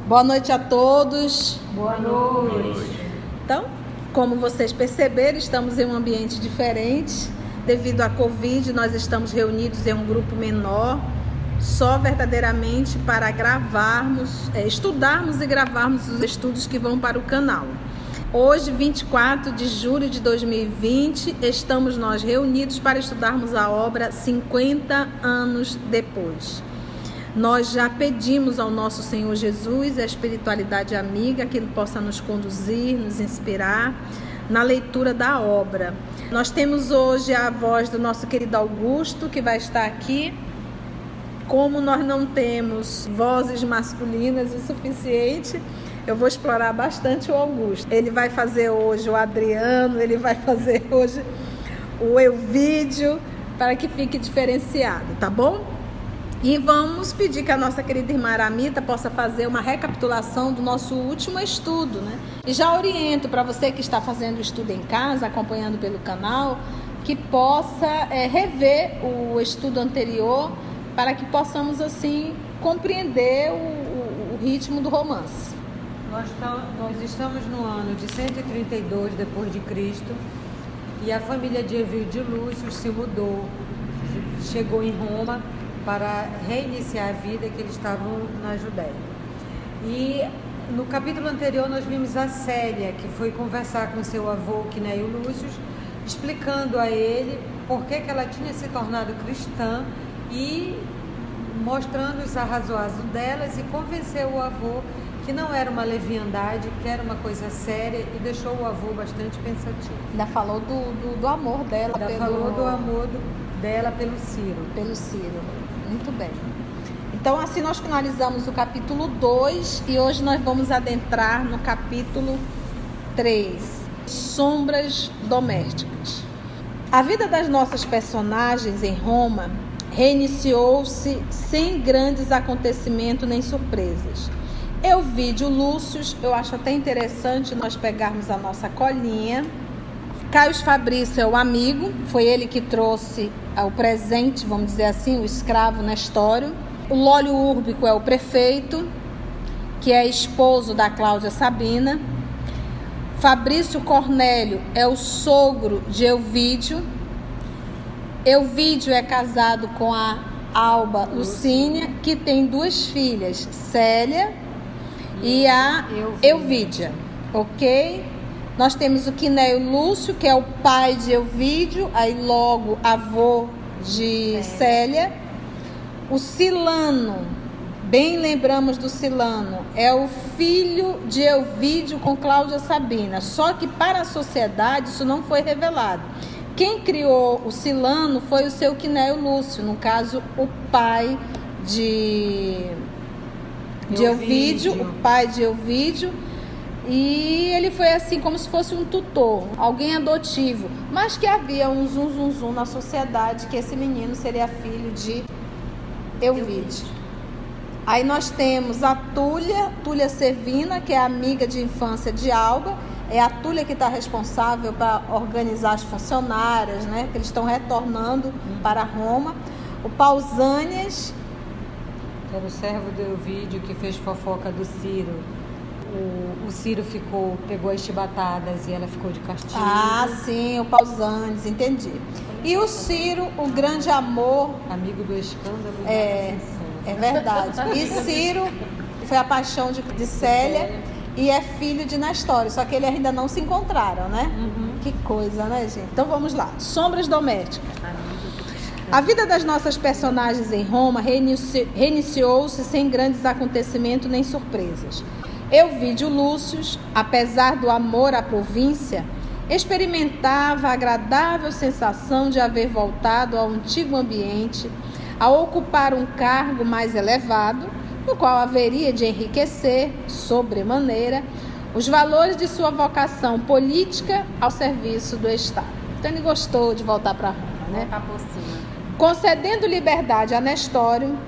Boa noite a todos. Boa noite. Então, como vocês perceberam, estamos em um ambiente diferente. Devido à Covid, nós estamos reunidos em um grupo menor, só verdadeiramente para estudarmos e gravarmos os estudos que vão para o canal. Hoje, 24 de julho de 2020, estamos nós reunidos para estudarmos a obra 50 anos depois. Nós já pedimos ao nosso Senhor Jesus, a espiritualidade amiga, que Ele possa nos conduzir, nos inspirar na leitura da obra. Nós temos hoje a voz do nosso querido Augusto, que vai estar aqui. Como nós não temos vozes masculinas o suficiente, eu vou explorar bastante o Augusto. Ele vai fazer hoje o Adriano, ele vai fazer hoje o Elvídio, para que fique diferenciado, tá bom? E vamos pedir que a nossa querida irmã Aramita possa fazer uma recapitulação do nosso último estudo, né? E já oriento para você que está fazendo o estudo em casa, acompanhando pelo canal, que possa rever o estudo anterior, para que possamos assim compreender o ritmo do romance. Nós estamos no ano de 132 depois de Cristo e a família de Evídio de Lúcio se mudou, chegou em Roma para reiniciar a vida que eles estavam na Judéia. E no capítulo anterior nós vimos a Célia, que foi conversar com seu avô Quinéio Lúcio, explicando a ele por que ela tinha se tornado cristã e mostrando os arrazoados delas, e convenceu o avô que não era uma leviandade, que era uma coisa séria, e deixou o avô bastante pensativo. Ainda falou do amor dela. Falou do amor dela pelo Ciro. Pelo Ciro. Muito bem. Então, assim nós finalizamos o capítulo 2 e hoje nós vamos adentrar no capítulo 3, Sombras Domésticas. A vida das nossas personagens em Roma reiniciou-se sem grandes acontecimentos nem surpresas. Elvídio Lúcio, eu acho até interessante nós pegarmos a nossa colinha. Caio Fabrício é o amigo, foi ele que trouxe o presente, vamos dizer assim, o escravo Nestório. O Lólio Úrbico é o prefeito, que é esposo da Cláudia Sabina. Fabrício Cornélio é o sogro de Elvídio. Elvídio é casado com a Alba Lucínia, que tem 2 filhas, Célia e a Elvídia, ok? Nós temos o Quinéio Lúcio, que é o pai de Elvídio, aí logo avô de Célia. O Silano, bem lembramos do Silano, é o filho de Elvídio com Cláudia Sabina, só que para a sociedade isso não foi revelado. Quem criou o Silano foi o seu Quinéio Lúcio, no caso o pai de Elvídio, o pai de Elvídio. E ele foi assim como se fosse um tutor, alguém adotivo, mas que havia um zum na sociedade que esse menino seria filho de Elvídio. Aí nós temos a Túlia Servina, que é amiga de infância de Alba. É a Túlia que está responsável para organizar as funcionárias, né? Que eles estão retornando para Roma. O Pausânias, que era o servo de Elvídio, que fez fofoca do Ciro. O Ciro pegou as chibatadas e ela ficou de castigo. Ah, sim, o Pausânias, entendi. E o Ciro, o grande amor. Amigo do escândalo. É verdade. E Ciro foi a paixão de Célia e é filho de Nestório, só que eles ainda não se encontraram, né? Uhum. Que coisa, né, gente? Então vamos lá. Sombras domésticas. A vida das nossas personagens em Roma reiniciou-se sem grandes acontecimentos nem surpresas. Elvídio Lúcio, apesar do amor à província, experimentava a agradável sensação de haver voltado ao antigo ambiente, a ocupar um cargo mais elevado, no qual haveria de enriquecer, sobremaneira, os valores de sua vocação política ao serviço do Estado. Então ele gostou de voltar para Roma, né? Voltar por cima. Concedendo liberdade a Nestório,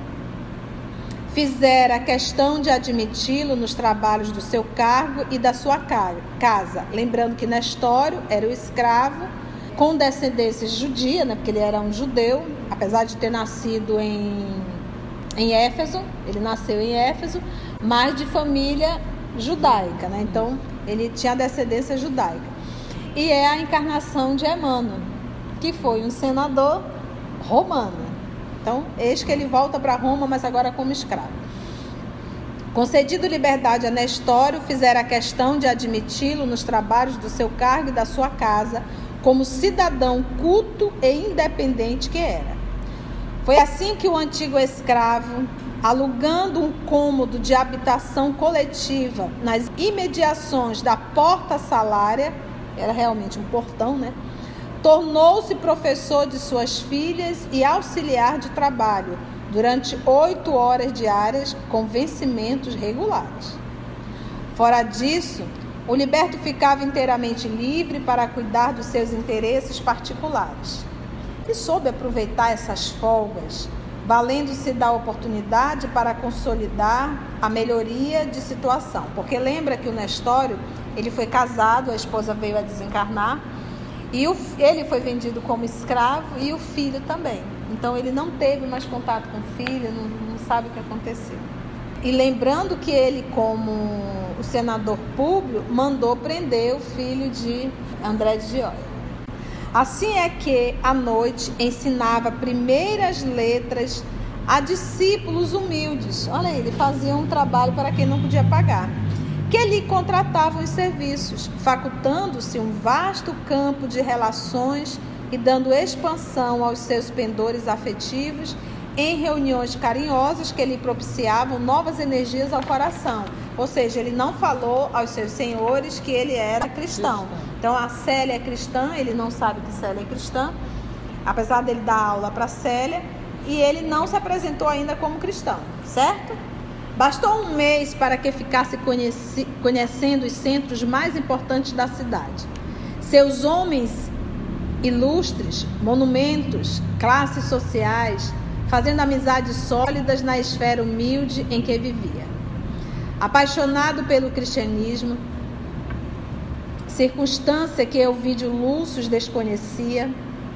fizera a questão de admiti-lo nos trabalhos do seu cargo e da sua casa. Lembrando que Nestório era o escravo com descendência judia, né, porque ele era um judeu, apesar de ter nascido em Éfeso, ele nasceu em Éfeso, mas de família judaica, né? Então ele tinha descendência judaica. E é a encarnação de Emmanuel, que foi um senador romano. Então, eis que ele volta para Roma, mas agora como escravo. Concedido liberdade a Nestório, fizera a questão de admiti-lo nos trabalhos do seu cargo e da sua casa, como cidadão culto e independente que era. Foi assim que o antigo escravo, alugando um cômodo de habitação coletiva nas imediações da porta salária, era realmente um portão, né? Tornou-se professor de suas filhas e auxiliar de trabalho durante 8 horas diárias com vencimentos regulares. Fora disso, o liberto ficava inteiramente livre para cuidar dos seus interesses particulares. Ele soube aproveitar essas folgas, valendo-se da oportunidade para consolidar a melhoria de situação. Porque lembra que o Nestório, ele foi casado, a esposa veio a desencarnar, e ele foi vendido como escravo e o filho também. Então ele não teve mais contato com o filho, não sabe o que aconteceu. E lembrando que ele, como o senador Públio, mandou prender o filho de André de Gioia. Assim é que, à noite, ensinava primeiras letras a discípulos humildes. Olha aí, ele fazia um trabalho para quem não podia pagar, que lhe contratavam os serviços, facultando-se um vasto campo de relações e dando expansão aos seus pendores afetivos em reuniões carinhosas que lhe propiciavam novas energias ao coração. Ou seja, ele não falou aos seus senhores que ele era cristão. Então, a Célia é cristã, ele não sabe que Célia é cristã, apesar dele dar aula para Célia, e ele não se apresentou ainda como cristão, certo? Bastou um mês para que ficasse conhecendo os centros mais importantes da cidade. Seus homens ilustres, monumentos, classes sociais, fazendo amizades sólidas na esfera humilde em que vivia. Apaixonado pelo cristianismo, circunstância que Elvídio Lúcio desconhecia,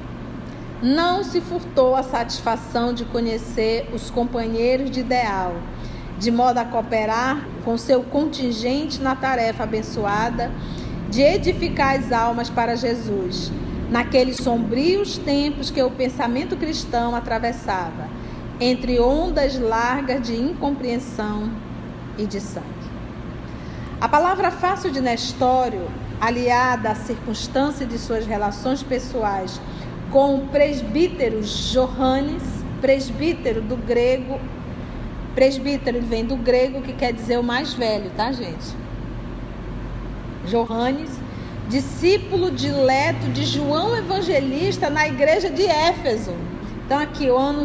não se furtou a satisfação de conhecer os companheiros de ideal, de modo a cooperar com seu contingente na tarefa abençoada de edificar as almas para Jesus, naqueles sombrios tempos que o pensamento cristão atravessava, entre ondas largas de incompreensão e de sangue. A palavra fácil de Nestório, aliada à circunstância de suas relações pessoais com o presbítero Johannes, presbítero do grego, presbítero vem do grego, que quer dizer o mais velho, tá, gente? Johannes, discípulo dileto de João Evangelista na igreja de Éfeso. Então aqui, o ano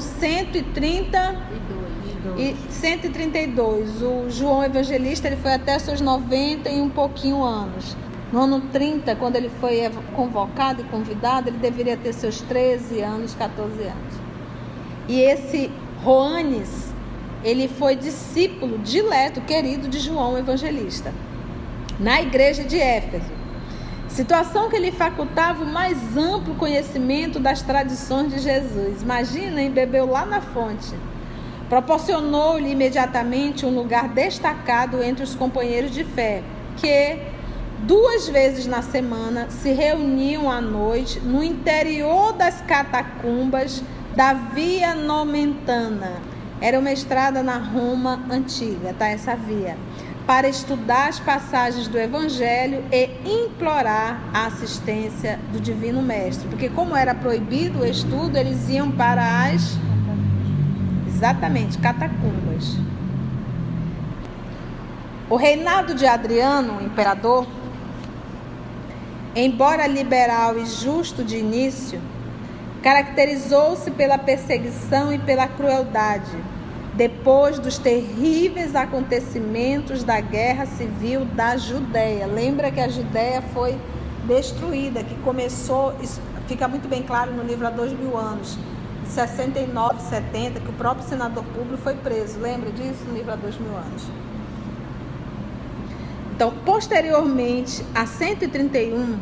132. O João Evangelista, ele foi até seus 90 e um pouquinho anos. No ano 30, quando ele foi convocado e convidado, ele deveria ter seus 13 anos, 14 anos. E esse Johannes, ele foi discípulo dileto, querido de João Evangelista, na igreja de Éfeso. Situação que lhe facultava o mais amplo conhecimento das tradições de Jesus. Imaginem, bebeu lá na fonte. Proporcionou-lhe imediatamente um lugar destacado entre os companheiros de fé, que 2 vezes na semana se reuniam à noite no interior das catacumbas da Via Nomentana. Era uma estrada na Roma antiga, tá? Essa via. Para estudar as passagens do Evangelho e implorar a assistência do Divino Mestre. Porque como era proibido o estudo, eles iam para as... Exatamente, catacumbas. O reinado de Adriano, o imperador, embora liberal e justo de início, caracterizou-se pela perseguição e pela crueldade, depois dos terríveis acontecimentos da Guerra Civil da Judéia. Lembra que a Judéia foi destruída, que começou, isso fica muito bem claro no livro Há 2000 anos, em 69, 70, que o próprio senador Públio foi preso. Lembra disso no livro Há 2000 anos? Então, posteriormente, a 131,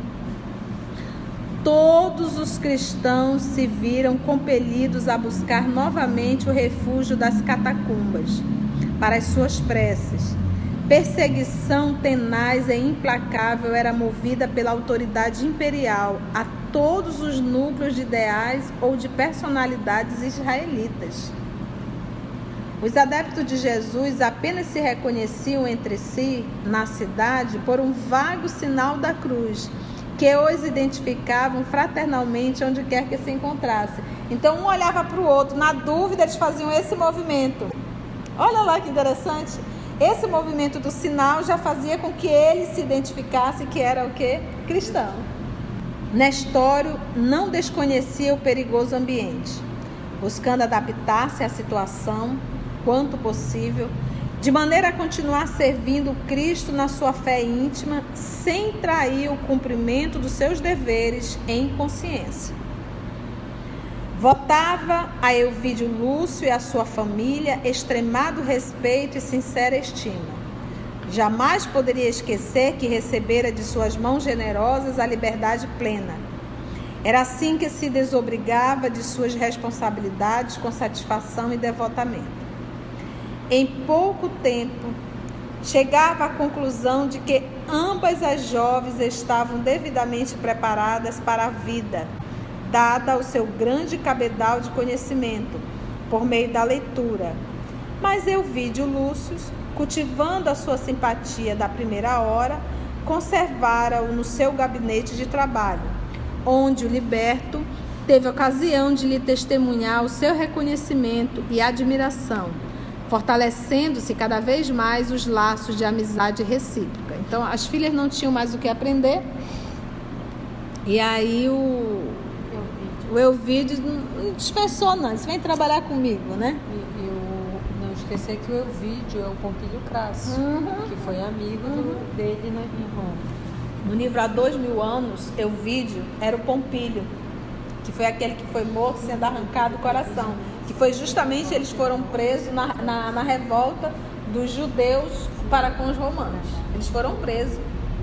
todos os cristãos se viram compelidos a buscar novamente o refúgio das catacumbas, para as suas preces. Perseguição tenaz e implacável era movida pela autoridade imperial a todos os núcleos de ideais ou de personalidades israelitas. Os adeptos de Jesus apenas se reconheciam entre si na cidade por um vago sinal da cruz, que os identificavam fraternalmente onde quer que se encontrasse. Então um olhava para o outro, na dúvida eles faziam esse movimento. Olha lá que interessante. Esse movimento do sinal já fazia com que ele se identificasse que era o quê? Cristão. Nestório não desconhecia o perigoso ambiente, buscando adaptar-se à situação quanto possível, de maneira a continuar servindo Cristo na sua fé íntima, sem trair o cumprimento dos seus deveres em consciência. Votava a Elvídio Lúcio e a sua família extremado respeito e sincera estima. Jamais poderia esquecer que recebera de suas mãos generosas a liberdade plena. Era assim que se desobrigava de suas responsabilidades com satisfação e devotamento. Em pouco tempo, chegava à conclusão de que ambas as jovens estavam devidamente preparadas para a vida, dada o seu grande cabedal de conhecimento, por meio da leitura. Mas Elvídio Lúcio, cultivando a sua simpatia da primeira hora, conservara-o no seu gabinete de trabalho, onde o liberto teve ocasião de lhe testemunhar o seu reconhecimento e admiração, fortalecendo-se cada vez mais os laços de amizade recíproca. Então, as filhas não tinham mais o que aprender, e aí o Elvídio dispensou, não, você vem trabalhar comigo, né? Não esquecer que o Elvídio é o Pompílio Crasso, que foi amigo dele em Roma. No livro Há 2000 anos, Elvídio era o Pompílio, que foi aquele que foi morto sendo arrancado o coração, que foi justamente, eles foram presos na revolta dos judeus para com os romanos. Eles foram presos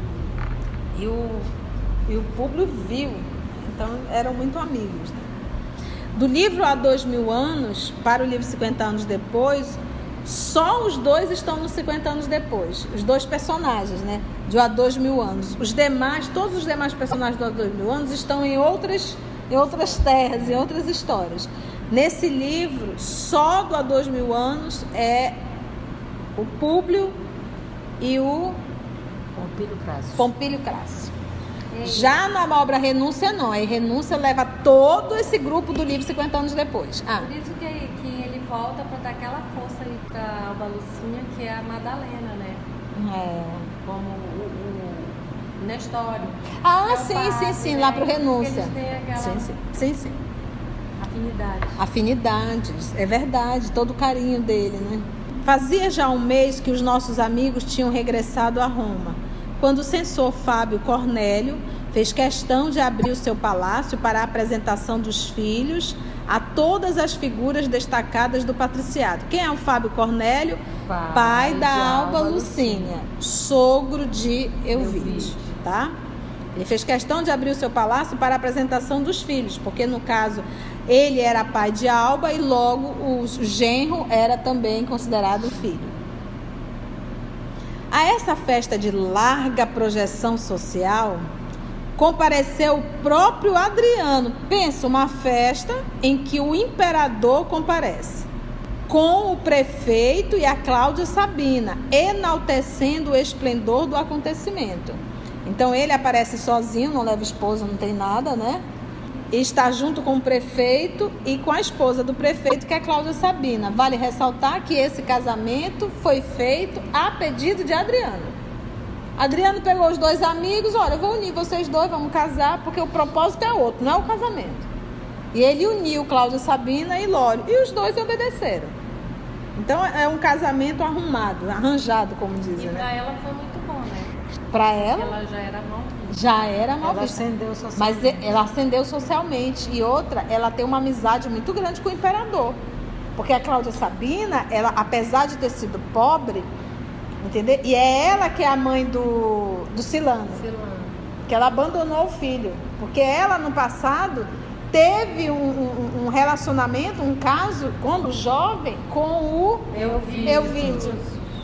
e o Públio viu, então eram muito amigos, né? Do livro Há 2000 anos para o livro 50 anos depois, só os dois estão nos 50 anos depois, os dois personagens, né, de Há 2000 anos. Os demais, todos os demais personagens do Há 2000 anos estão em outras terras, em outras histórias. Nesse livro, só do Há 2000 anos é o Públio e o Pompílio Crasso. Já na obra Renúncia, não. Aí Renúncia leva todo esse grupo do livro 50 anos depois. Por isso que ele volta para dar aquela força aí para Alba Lucinha, que é a Madalena, né? Como o Nestório. Sim, lá pro Renúncia. Sim. Afinidades, é verdade, todo o carinho dele, né? Fazia já um mês que os nossos amigos tinham regressado a Roma, quando o censor Fábio Cornélio fez questão de abrir o seu palácio para a apresentação dos filhos a todas as figuras destacadas do patriciado. Quem é o Fábio Cornélio? Pai da Alba Lucínia, sogro de Elvídio, tá? Ele fez questão de abrir o seu palácio para a apresentação dos filhos, porque no caso ele era pai de Alba e logo o genro era também considerado filho. A essa festa de larga projeção social compareceu o próprio Adriano. Pensa, uma festa em que o imperador comparece, com o prefeito e a Cláudia Sabina, enaltecendo o esplendor do acontecimento. Então ele aparece sozinho, não leva esposa, não tem nada, né? E está junto com o prefeito e com a esposa do prefeito, que é a Cláudia Sabina. Vale ressaltar que esse casamento foi feito a pedido de Adriano. Adriano pegou os dois amigos, olha, eu vou unir vocês dois, vamos casar, porque o propósito é outro, não é o casamento. E ele uniu Cláudia Sabina e Lólio, e os dois obedeceram. Então é um casamento arranjado, como dizem. E para né? ela foi muito bom, né? Para ela? Porque ela já era mal vista. Já era mal Ela vista. ascendeu socialmente. Mas ela ascendeu socialmente. E outra, ela tem uma amizade muito grande com o imperador. Porque a Cláudia Sabina, ela, apesar de ter sido pobre, entendeu? E é ela que é a mãe do Silano. Que ela abandonou o filho. Porque ela, no passado, teve um relacionamento, um caso, quando jovem, com o Elvídio.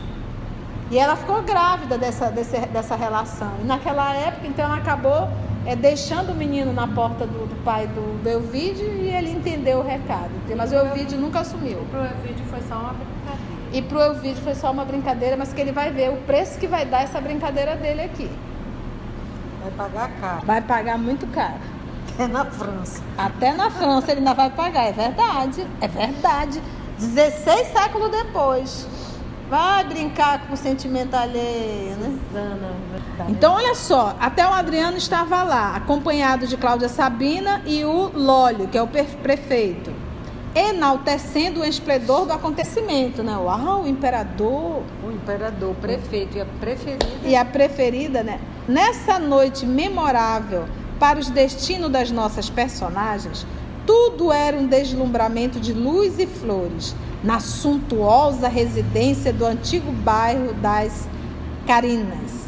E ela ficou grávida dessa relação. E naquela época, então, ela acabou deixando o menino na porta do pai do Elvídio, e ele entendeu o recado. Mas o Elvídio nunca assumiu. Pro Elvídio foi só uma brincadeira. E pro Elvídio foi só uma brincadeira, mas que ele vai ver o preço que vai dar essa brincadeira dele aqui. Vai pagar caro. Vai pagar muito caro. Até na França. Até na França ele ainda vai pagar, é verdade. É verdade. 16 séculos depois. Vai brincar com o sentimento alheio, né? Susana, verdade. Então, olha só, até o Adriano estava lá, acompanhado de Cláudia Sabina e o Lólio, que é o prefeito, enaltecendo o esplendor do acontecimento, né? Uau, o imperador. O imperador, o prefeito e a preferida. E a preferida, né? Nessa noite memorável para os destinos das nossas personagens, tudo era um deslumbramento de luz e flores, na suntuosa residência do antigo bairro das Carinas.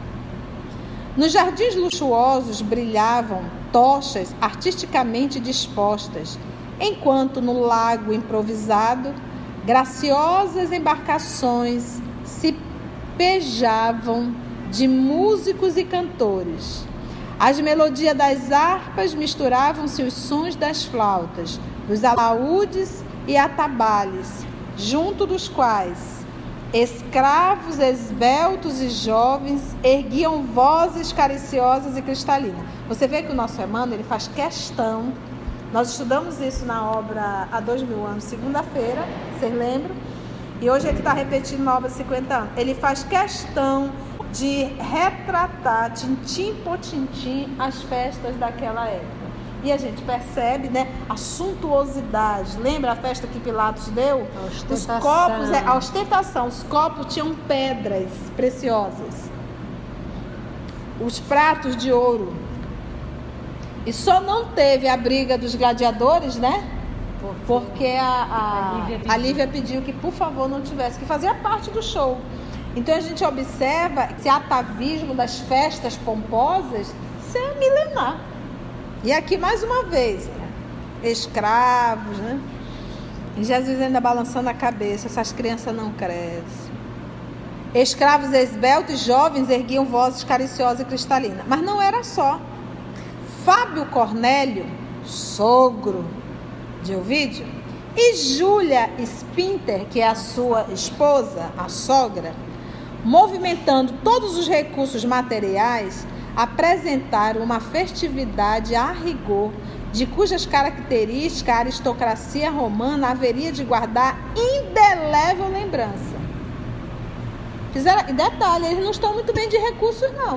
Nos jardins luxuosos brilhavam tochas artisticamente dispostas, enquanto no lago improvisado, graciosas embarcações se pejavam de músicos e cantores. As melodias das harpas misturavam-se os sons das flautas, dos alaúdes e atabalhes, junto dos quais escravos esbeltos e jovens erguiam vozes cariciosas e cristalinas. Você vê que o nosso Emmanuel, ele faz questão. Nós estudamos isso na obra há 2000 anos, segunda-feira, vocês lembram? E hoje ele está repetindo na obra 50 anos. Ele faz questão de retratar, tintim por tintim, as festas daquela época. E a gente percebe, né, a suntuosidade. Lembra a festa que Pilatos deu? Os copos, a ostentação. Os copos tinham pedras preciosas. Os pratos de ouro. E só não teve a briga dos gladiadores, né? Porque a Lívia pediu que, por favor, não tivesse, que fazia parte do show. Então a gente observa esse atavismo das festas pomposas, isso é milenar. E aqui mais uma vez, escravos, né? E Jesus ainda balançando a cabeça, essas crianças não crescem. Escravos esbeltos e jovens erguiam vozes cariciosas e cristalinas. Mas não era só. Fábio Cornélio, sogro de Elvídio, e Júlia Spinter, que é a sua esposa, a sogra, movimentando todos os recursos materiais, apresentaram uma festividade a rigor, de cujas características a aristocracia romana haveria de guardar indelével lembrança. E detalhe, eles não estão muito bem de recursos, não.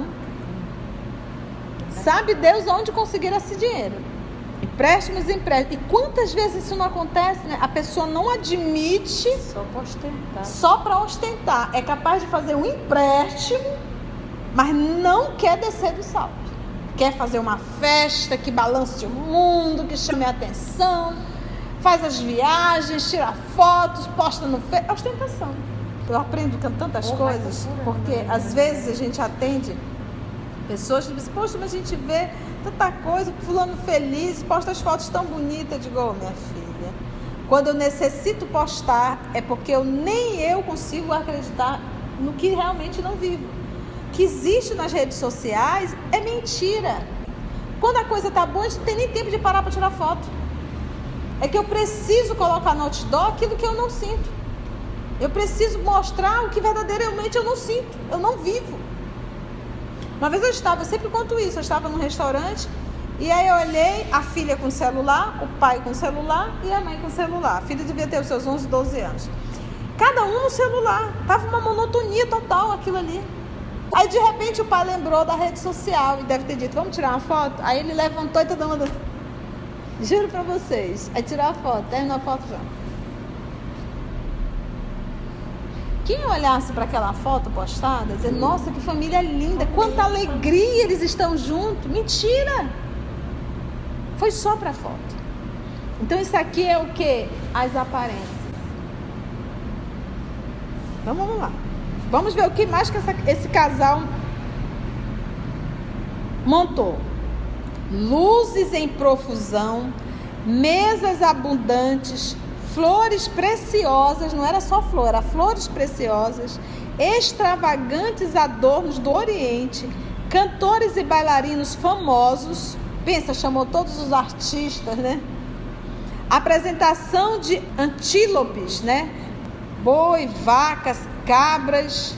Sabe Deus onde conseguiram esse dinheiro? Empréstimos. E quantas vezes isso não acontece, né? A pessoa não admite. Só para ostentar. Só para ostentar. É capaz de fazer um empréstimo, mas não quer descer do salto. Quer fazer uma festa que balance o mundo, que chame a atenção, faz as viagens, tira fotos, posta no Facebook. Ostentação. Eu aprendo com tantas coisas, porque às vezes a gente atende pessoas que dizem, poxa, mas a gente vê tanta coisa, fulano feliz, posta as fotos tão bonitas. Eu digo, minha filha, quando eu necessito postar, é porque nem eu consigo acreditar no que realmente não vivo. O que existe nas redes sociais é mentira. Quando a coisa tá boa, a gente não tem nem tempo de parar para tirar foto. É que eu preciso colocar no outdoor aquilo que eu não sinto. Eu preciso mostrar o que verdadeiramente eu não sinto, eu não vivo. Uma vez eu sempre conto isso, eu estava num restaurante e aí eu olhei a filha com celular, o pai com celular e a mãe com celular. A filha devia ter os seus 11, 12 anos. Cada um no celular, tava uma monotonia total aquilo ali. Aí de repente o pai lembrou da rede social e deve ter dito, vamos tirar uma foto? Aí ele levantou e todo mundo, juro pra vocês, aí tirou a foto, terminou a foto já. Quem olhasse para aquela foto postada, dizer, nossa, que família linda, quanta alegria eles estão juntos. Mentira! Foi só para foto. Então isso aqui é o que? As aparências. Então vamos lá. Vamos ver o que mais que esse casal montou. luzes em profusão, mesas abundantes, flores preciosas, não era só flor, era flores preciosas, extravagantes adornos do Oriente, cantores e bailarinos famosos. Pensa, chamou todos os artistas, né? Apresentação de antílopes, né? Boi, vacas, cabras,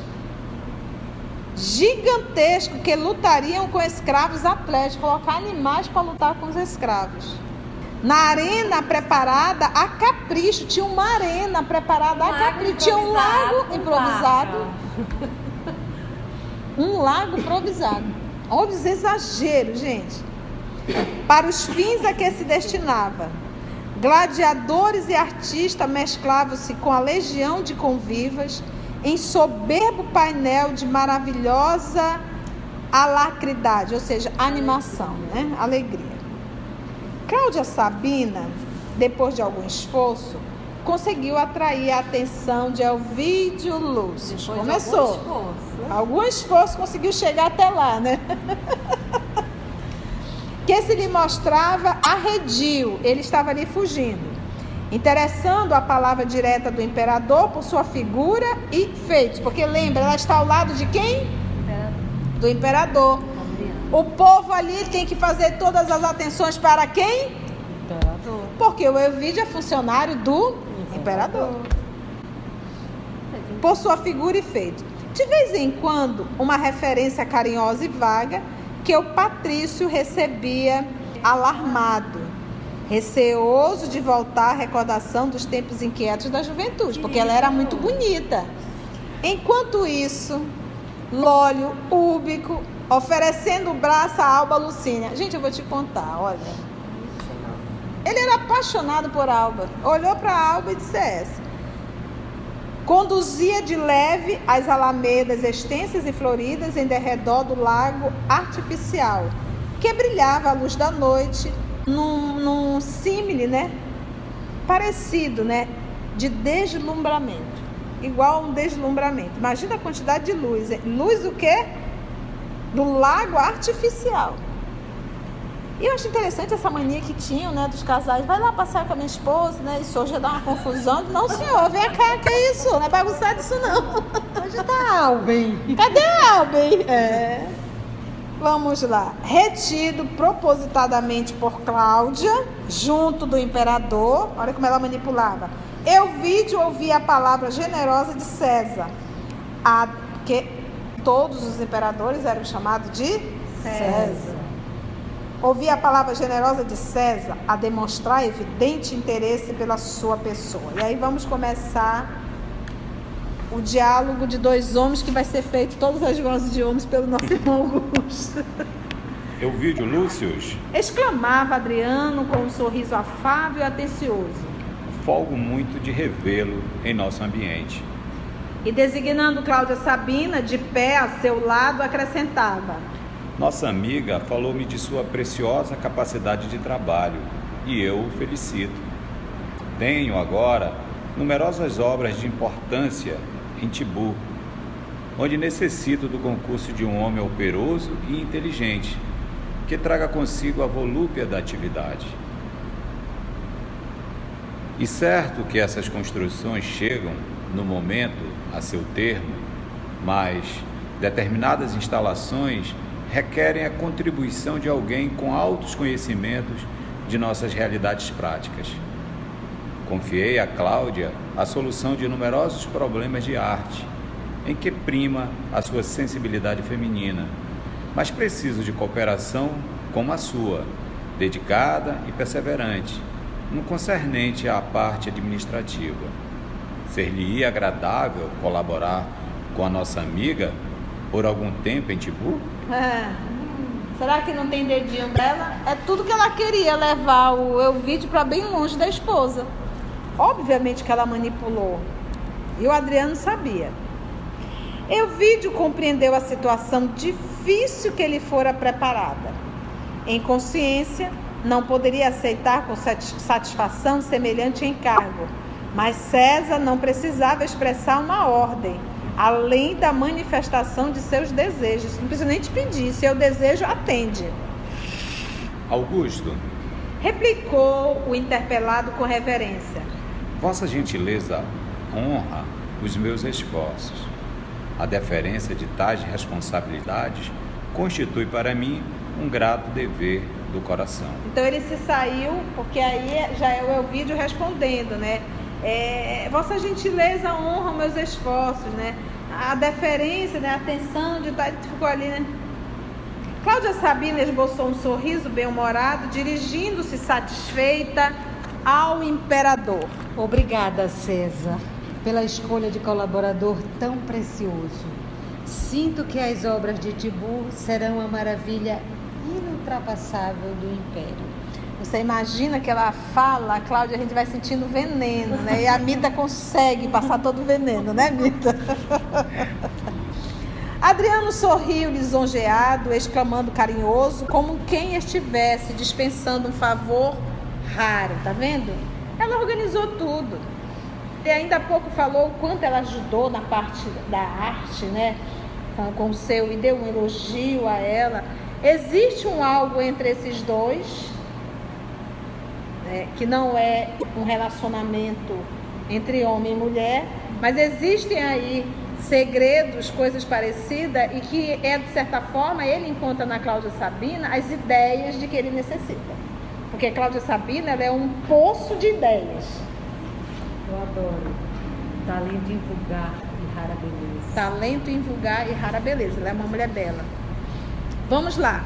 gigantesco, que lutariam com escravos atléticos, colocar animais para lutar com os escravos. Na arena preparada a capricho, tinha uma arena preparada a capricho, tinha um lago improvisado. Um lago improvisado. Olha os exageros, gente. Para os fins a que se destinava. Gladiadores e artistas mesclavam-se com a legião de convivas em soberbo painel de maravilhosa alacridade, ou seja, animação, né? Alegria. Cláudia Sabina, depois de algum esforço, conseguiu atrair a atenção de Elvídio Lúcio. Começou. Algum esforço conseguiu chegar até lá, né? Que se lhe mostrava arredio, ele estava ali fugindo, interessando a palavra direta do imperador por sua figura e feitos, porque lembra, ela está ao lado de quem? Do imperador. O povo ali tem que fazer todas as atenções para quem? Imperador. Porque o Elvídio é funcionário do imperador. Por sua figura e feito. De vez em quando, uma referência carinhosa e vaga que o patrício recebia alarmado, receoso de voltar à recordação dos tempos inquietos da juventude, porque ela era muito bonita. Enquanto isso, Lólio, Úbico, oferecendo o braço a Alba Lucínia. Gente, eu vou te contar, olha. Ele era apaixonado por Alba. Olhou para Alba e disse essa. Conduzia de leve as alamedas extensas e floridas em derredor do lago artificial, que brilhava à luz da noite, num símile, né? Parecido, né? De deslumbramento. Igual a um deslumbramento. Imagina a quantidade de luz. Luz o quê? Do lago artificial. E eu acho interessante essa mania que tinham, né, dos casais. Vai lá passear com a minha esposa, né? Isso hoje já dá uma confusão. Não, senhor, vem cá, que é isso? Não é bagunçado isso, não. Hoje tá Alben. Cadê Alben? Vamos lá. Retido propositadamente por Cláudia, junto do imperador. Olha como ela manipulava. Elvídio ouvia a palavra generosa de César, que todos os imperadores eram chamados de César. Ouvia a palavra generosa de César a demonstrar evidente interesse pela sua pessoa. E aí vamos começar o diálogo de dois homens que vai ser feito todas as vozes de homens pelo nosso irmão Augusto. Elvídio Lúcio, exclamava Adriano com um sorriso afável e atencioso. Folgo muito de revê-lo em nosso ambiente. E designando Cláudia Sabina de pé a seu lado, acrescentava: nossa amiga falou-me de sua preciosa capacidade de trabalho e eu o felicito. Tenho agora numerosas obras de importância em Tibu, onde necessito do concurso de um homem operoso e inteligente, que traga consigo a volúpia da atividade. E certo que essas construções chegam, no momento, a seu termo, mas determinadas instalações requerem a contribuição de alguém com altos conhecimentos de nossas realidades práticas. Confiei a Cláudia a solução de numerosos problemas de arte, em que prima a sua sensibilidade feminina, mas preciso de cooperação como a sua, dedicada e perseverante, no concernente à parte administrativa. Ser-lhe-ia agradável colaborar com a nossa amiga por algum tempo em Tibu? Será que não tem dedinho dela? É tudo que ela queria, levar o Elvídio para bem longe da esposa. Obviamente que ela manipulou. E o Adriano sabia. Elvídio compreendeu a situação difícil que lhe fora preparada. Em consciência, não poderia aceitar com satisfação semelhante encargo. Mas César não precisava expressar uma ordem, além da manifestação de seus desejos. Não precisa nem te pedir, se eu desejo, atende. Augusto, replicou o interpelado com reverência. Vossa gentileza honra os meus esforços. A deferência de tais responsabilidades constitui para mim um grato dever do coração. Então ele se saiu, porque aí já é o Elvídio respondendo, né? Vossa gentileza honra meus esforços, né? A deferência, né? A atenção de tal, ficou ali, né? Cláudia Sabina esboçou um sorriso bem-humorado, dirigindo-se satisfeita ao imperador. Obrigada, César, pela escolha de colaborador tão precioso. Sinto que as obras de Tibur serão a maravilha inultrapassável do Império. Você imagina que ela fala, a Cláudia, a gente vai sentindo veneno, né? E a Mita consegue passar todo o veneno, né, Mita? Adriano sorriu lisonjeado, exclamando carinhoso, como quem estivesse dispensando um favor raro, tá vendo? Ela organizou tudo. E ainda há pouco falou o quanto ela ajudou na parte da arte, né? Com o seu, e deu um elogio a ela. Existe algo entre esses dois, né, que não é um relacionamento entre homem e mulher, mas existem aí segredos, coisas parecidas, e que de certa forma ele encontra na Cláudia Sabina as ideias de que ele necessita, porque Cláudia Sabina, ela é um poço de ideias. Eu adoro talento em vulgar e rara beleza. Talento em vulgar e rara beleza. Ela é uma mulher bela. Vamos lá.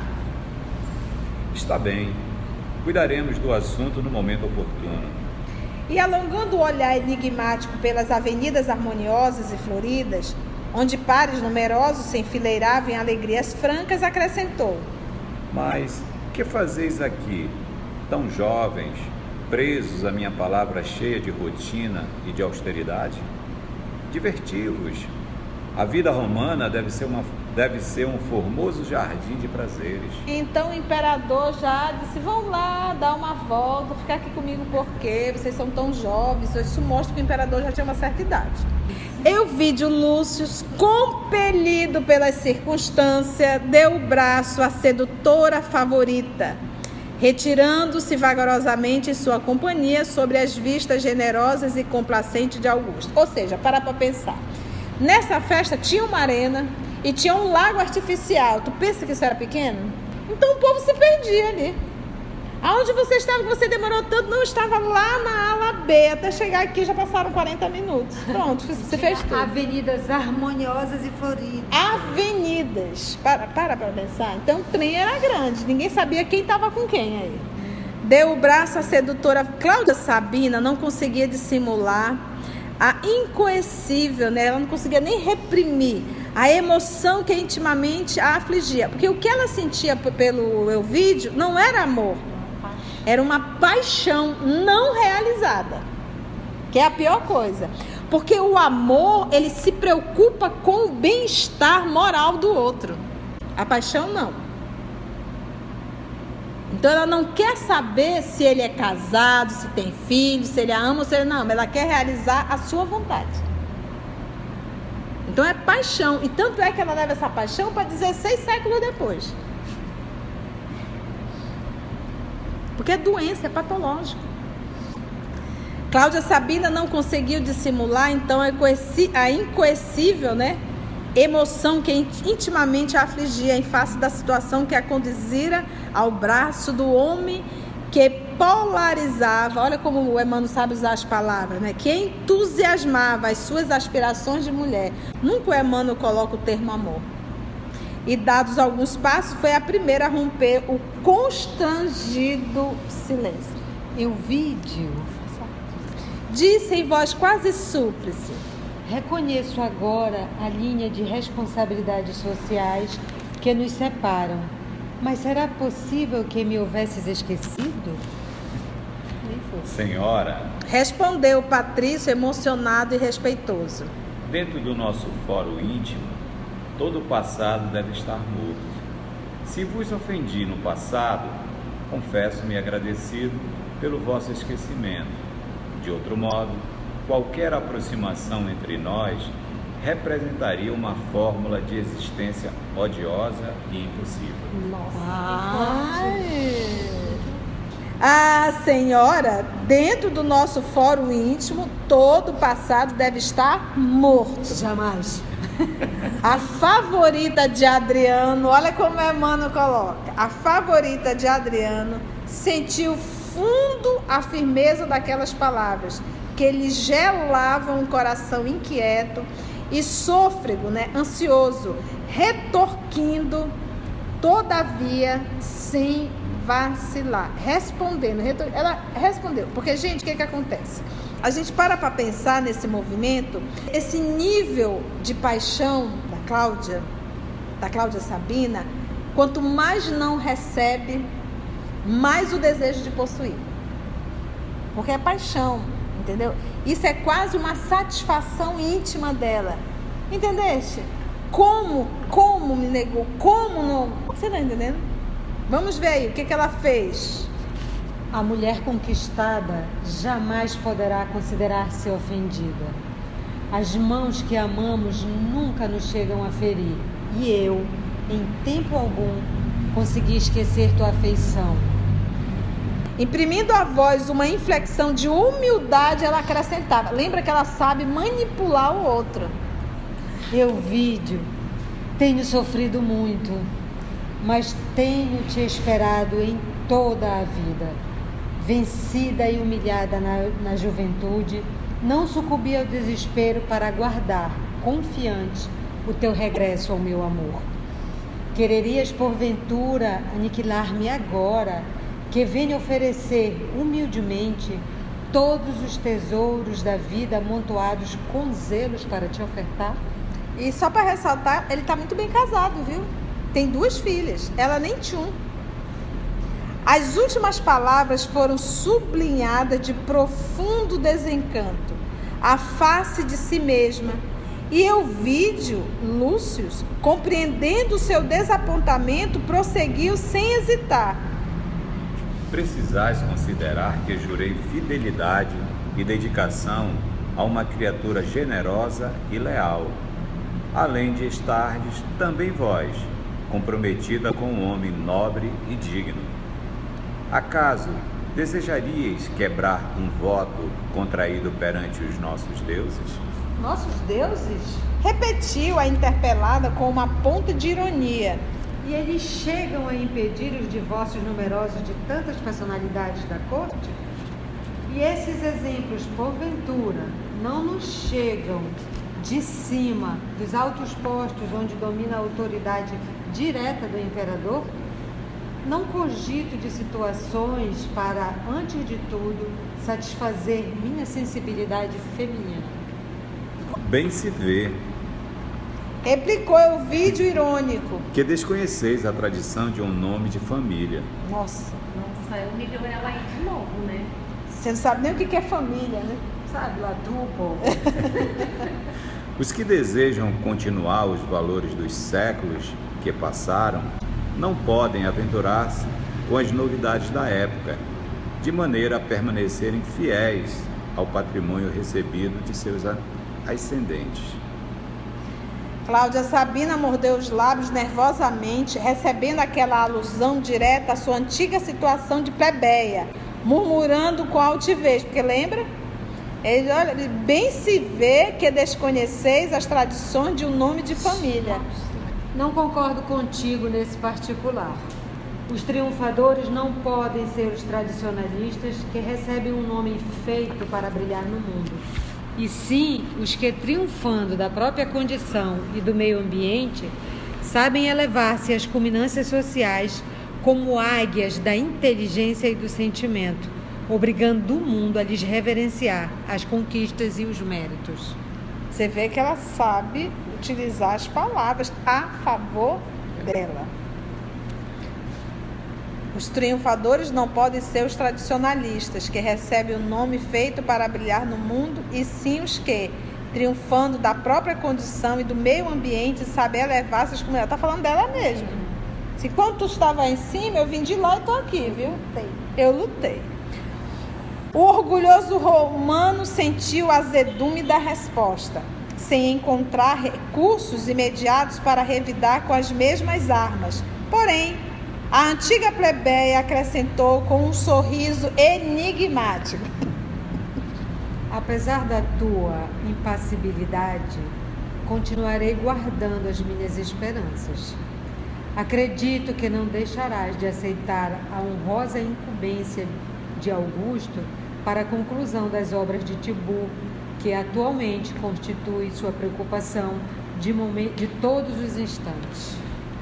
Está bem. Cuidaremos do assunto no momento oportuno. E alongando o olhar enigmático pelas avenidas harmoniosas e floridas, onde pares numerosos se enfileiravam em alegrias francas, acrescentou: Mas que fazeis aqui, tão jovens, presos à minha palavra cheia de rotina e de austeridade? Diverti-vos. A vida romana deve ser um formoso jardim de prazeres. Então o imperador já disse: vão lá, dar uma volta, ficar aqui comigo porque vocês são tão jovens. Isso mostra que o imperador já tinha uma certa idade. Elvídio Lúcio, compelido pelas circunstâncias, deu o braço à sedutora favorita, retirando-se vagarosamente em sua companhia sobre as vistas generosas e complacentes de Augusto. Ou seja, para pensar. Nessa festa tinha uma arena e tinha um lago artificial. Tu pensa que isso era pequeno? Então o povo se perdia ali. Aonde você estava, que você demorou tanto, não estava lá na ala B. Até chegar aqui já passaram 40 minutos. Pronto, você fez tudo. Avenidas harmoniosas e floridas. Avenidas. Para pensar. Então o trem era grande. Ninguém sabia quem estava com quem aí. Deu o braço à sedutora. Cláudia Sabina não conseguia dissimular a incoercível, né? Ela não conseguia nem reprimir a emoção que intimamente a afligia. Porque o que ela sentia pelo Elvídio não era amor. Era uma paixão não realizada. Que é a pior coisa. Porque o amor, ele se preocupa com o bem-estar moral do outro. A paixão não. Então ela não quer saber se ele é casado, se tem filho, se ele a ama ou se ele não ama. Ela quer realizar a sua vontade. Então é paixão. E tanto é que ela leva essa paixão para 16 séculos depois. Porque é doença, é patológico. Cláudia Sabina não conseguiu dissimular, então, a incoercível, né, emoção que intimamente a afligia em face da situação que a conduzira ao braço do homem que polarizava, olha como o Emmanuel sabe usar as palavras, né? Que entusiasmava as suas aspirações de mulher. Nunca o Emmanuel coloca o termo amor. E dados alguns passos, foi a primeira a romper o constrangido silêncio. Elvídio, disse em voz quase súplice: reconheço agora a linha de responsabilidades sociais que nos separam. Mas será possível que me houvesses esquecido? Senhora, respondeu Patrício, emocionado e respeitoso. Dentro do nosso fórum íntimo, todo o passado deve estar morto. Se vos ofendi no passado, confesso-me agradecido pelo vosso esquecimento. De outro modo, qualquer aproximação entre nós representaria uma fórmula de existência odiosa e impossível. Senhora, dentro do nosso fórum íntimo, todo o passado deve estar morto. Jamais. A favorita de Adriano, olha como Emmanuel coloca, a favorita de Adriano sentiu fundo a firmeza daquelas palavras, que lhe gelavam o coração inquieto e sôfrego, ansioso, retorquindo, todavia, sem vacilar, respondendo. Ela respondeu, porque, gente, o que acontece? A gente para pensar nesse movimento, esse nível de paixão da Cláudia Sabina, quanto mais não recebe, mais o desejo de possuir. Porque é paixão, entendeu? Isso é quase uma satisfação íntima dela. Entendeste? Como me negou? Como não? Você tá entendendo? Vamos ver aí, o que ela fez? A mulher conquistada jamais poderá considerar-se ofendida. As mãos que amamos nunca nos chegam a ferir. E eu, em tempo algum, consegui esquecer tua afeição. Imprimindo à voz uma inflexão de humildade, ela acrescentava. Lembra que ela sabe manipular o outro. Elvídio, tenho sofrido muito, mas tenho te esperado em toda a vida. Vencida e humilhada na juventude, não sucumbi ao desespero para aguardar, confiante, o teu regresso ao meu amor. Quererias, porventura, aniquilar-me agora, que venho oferecer humildemente todos os tesouros da vida amontoados com zelos para te ofertar? E só para ressaltar, ele está muito bem casado, viu? Tem 2 filhas, ela nem tinha um. As últimas palavras foram sublinhadas de profundo desencanto, a face de si mesma. E Elvídio Lúcio, compreendendo o seu desapontamento, prosseguiu sem hesitar. Precisais considerar que jurei fidelidade e dedicação a uma criatura generosa e leal, além de estardes também vós, comprometida com um homem nobre e digno. Acaso desejaríeis quebrar um voto contraído perante os nossos deuses? Nossos deuses? Repetiu a interpelada com uma ponta de ironia. E eles chegam a impedir os divórcios numerosos de tantas personalidades da corte? E esses exemplos, porventura, não nos chegam de cima, dos altos postos onde domina a autoridade direta do imperador? Não cogito de situações para, antes de tudo, satisfazer minha sensibilidade feminina. Bem se vê, replicou Elvídio irônico, que desconheceis a tradição de um nome de família. Nossa, humilhou ela aí de novo, né? Você não sabe nem o que é família, né? Sabe lá tu, povo. Os que desejam continuar os valores dos séculos que passaram não podem aventurar-se com as novidades da época, de maneira a permanecerem fiéis ao patrimônio recebido de seus ascendentes. Cláudia Sabina mordeu os lábios nervosamente, recebendo aquela alusão direta à sua antiga situação de plebeia, murmurando com altivez, porque lembra? Ele, olha, bem se vê que desconheceis as tradições de um nome de família. Não concordo contigo nesse particular. Os triunfadores não podem ser os tradicionalistas que recebem um nome feito para brilhar no mundo. E sim, os que, triunfando da própria condição e do meio ambiente, sabem elevar-se às culminâncias sociais como águias da inteligência e do sentimento, obrigando o mundo a lhes reverenciar as conquistas e os méritos. Você vê que ela sabe utilizar as palavras a favor dela. Os triunfadores não podem ser os tradicionalistas, que recebem o nome feito para brilhar no mundo, e sim os que, triunfando da própria condição e do meio ambiente, sabem elevar-se às comunidades. Está falando dela mesmo. Se quando tu estava em cima, eu vim de lá e estou aqui, viu? Eu lutei. O orgulhoso romano sentiu o azedume da resposta. sem encontrar recursos imediatos para revidar com as mesmas armas. Porém, a antiga plebeia acrescentou com um sorriso enigmático: apesar da tua impassibilidade, continuarei guardando as minhas esperanças. Acredito que não deixarás de aceitar a honrosa incumbência de Augusto para a conclusão das obras de Tiburcio, que atualmente constitui sua preocupação de todos os instantes.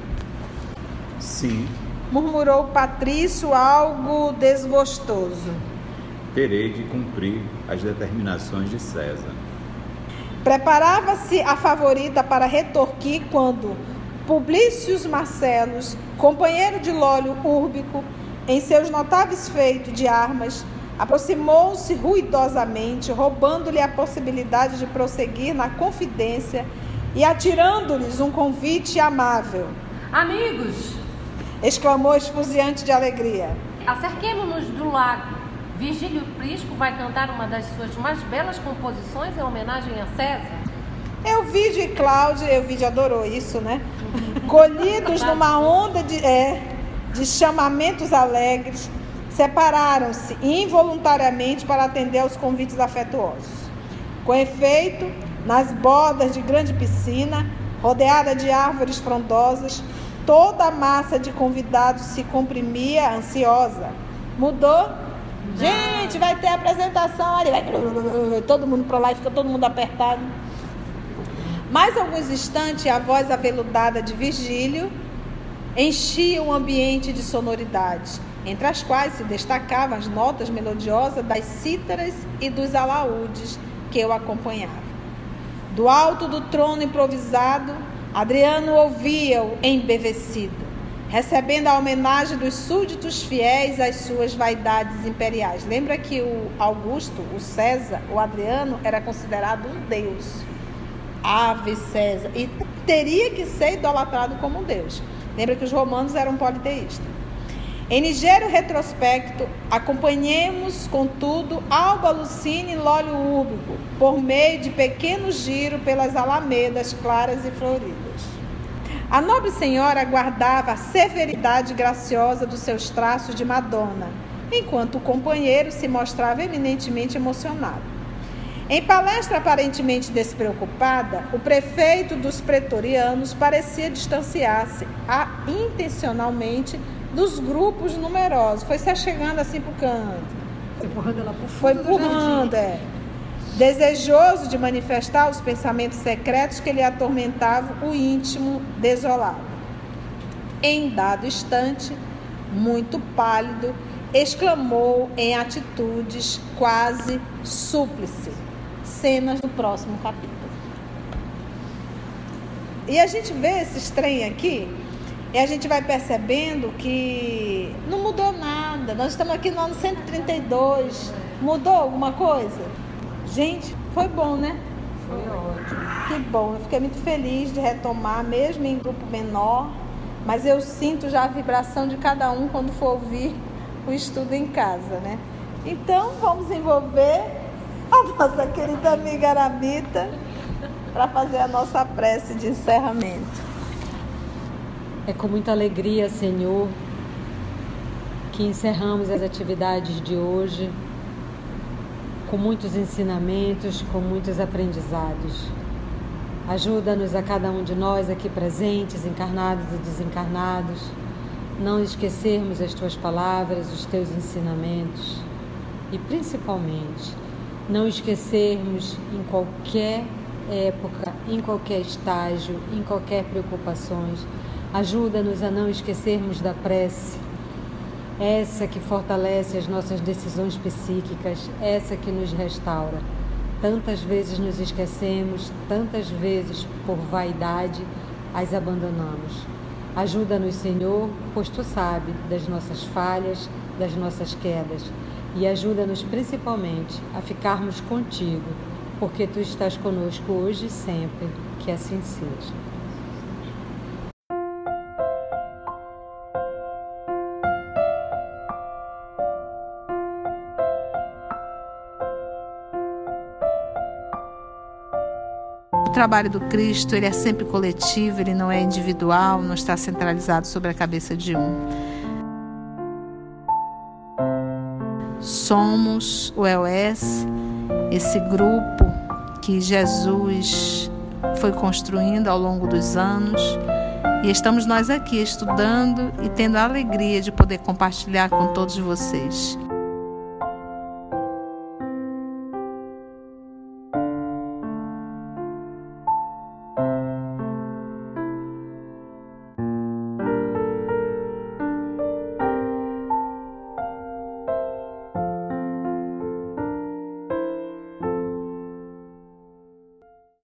Sim, murmurou Patrício, algo desgostoso. terei de cumprir as determinações de César. Preparava-se a favorita para retorquir quando Publicius Marcellus, companheiro de Lólio Úrbico, em seus notáveis feitos de armas, aproximou-se ruidosamente, roubando-lhe a possibilidade de prosseguir na confidência e atirando-lhes um convite amável. Amigos, exclamou esfuziante de alegria, acerquemo-nos do lago. Virgílio Prisco vai cantar uma das suas mais belas composições em homenagem a César. Euvídio e Cláudia, Euvídio adorou isso, né? Colhidos numa onda de chamamentos alegres, separaram-se involuntariamente para atender aos convites afetuosos. Com efeito, nas bordas de grande piscina, rodeada de árvores frondosas, toda a massa de convidados se comprimia ansiosa. Mudou? Gente, vai ter apresentação ali, vai todo mundo para lá e fica todo mundo apertado. Mais alguns instantes, a voz aveludada de Virgílio enchia o ambiente de sonoridades, entre as quais se destacavam as notas melodiosas das cítaras e dos alaúdes que o acompanhavam. Do alto do trono improvisado, Adriano ouvia-o embevecido, recebendo a homenagem dos súditos fiéis às suas vaidades imperiais. Lembra que o Augusto, o César, o Adriano era considerado um deus. Ave César, e teria que ser idolatrado como um deus. Lembra que os romanos eram politeístas. Em ligeiro retrospecto, acompanhemos, contudo, Alba Lucina e Lólio Úrbico, por meio de pequeno giro pelas alamedas claras e floridas. A nobre senhora aguardava a severidade graciosa dos seus traços de Madonna, enquanto o companheiro se mostrava eminentemente emocionado. Em palestra aparentemente despreocupada, o prefeito dos pretorianos parecia distanciar-se intencionalmente dos grupos numerosos. Foi se achegando assim para o canto. Foi empurrando ela para o fundo Foi do empurrando, jardim. Desejoso de manifestar os pensamentos secretos que lhe atormentavam o íntimo desolado. Em dado instante, muito pálido, exclamou em atitudes quase súplice. Cenas do próximo capítulo. E a gente vê esses trem aqui e a gente vai percebendo que não mudou nada. Nós estamos aqui no ano 132. Mudou alguma coisa? Gente, foi bom, né? Foi ótimo. Que bom. Eu fiquei muito feliz de retomar, mesmo em grupo menor. Mas eu sinto já a vibração de cada um quando for ouvir o estudo em casa, né? Então, vamos envolver a nossa querida amiga Aramita para fazer a nossa prece de encerramento. É com muita alegria, Senhor, que encerramos as atividades de hoje com muitos ensinamentos, com muitos aprendizados. Ajuda-nos a cada um de nós aqui presentes, encarnados e desencarnados, não esquecermos as Tuas palavras, os Teus ensinamentos e, principalmente, não esquecermos em qualquer época, em qualquer estágio, em qualquer preocupações. Ajuda-nos a não esquecermos da prece, essa que fortalece as nossas decisões psíquicas, essa que nos restaura. Tantas vezes nos esquecemos, tantas vezes por vaidade as abandonamos. Ajuda-nos, Senhor, pois Tu sabes das nossas falhas, das nossas quedas. E ajuda-nos principalmente a ficarmos contigo, porque Tu estás conosco hoje e sempre, que assim seja. trabalho do Cristo, ele é sempre coletivo, ele não é individual, não está centralizado sobre a cabeça de um. Somos o EOS, esse grupo que Jesus foi construindo ao longo dos anos, e estamos nós aqui estudando e tendo a alegria de poder compartilhar com todos vocês.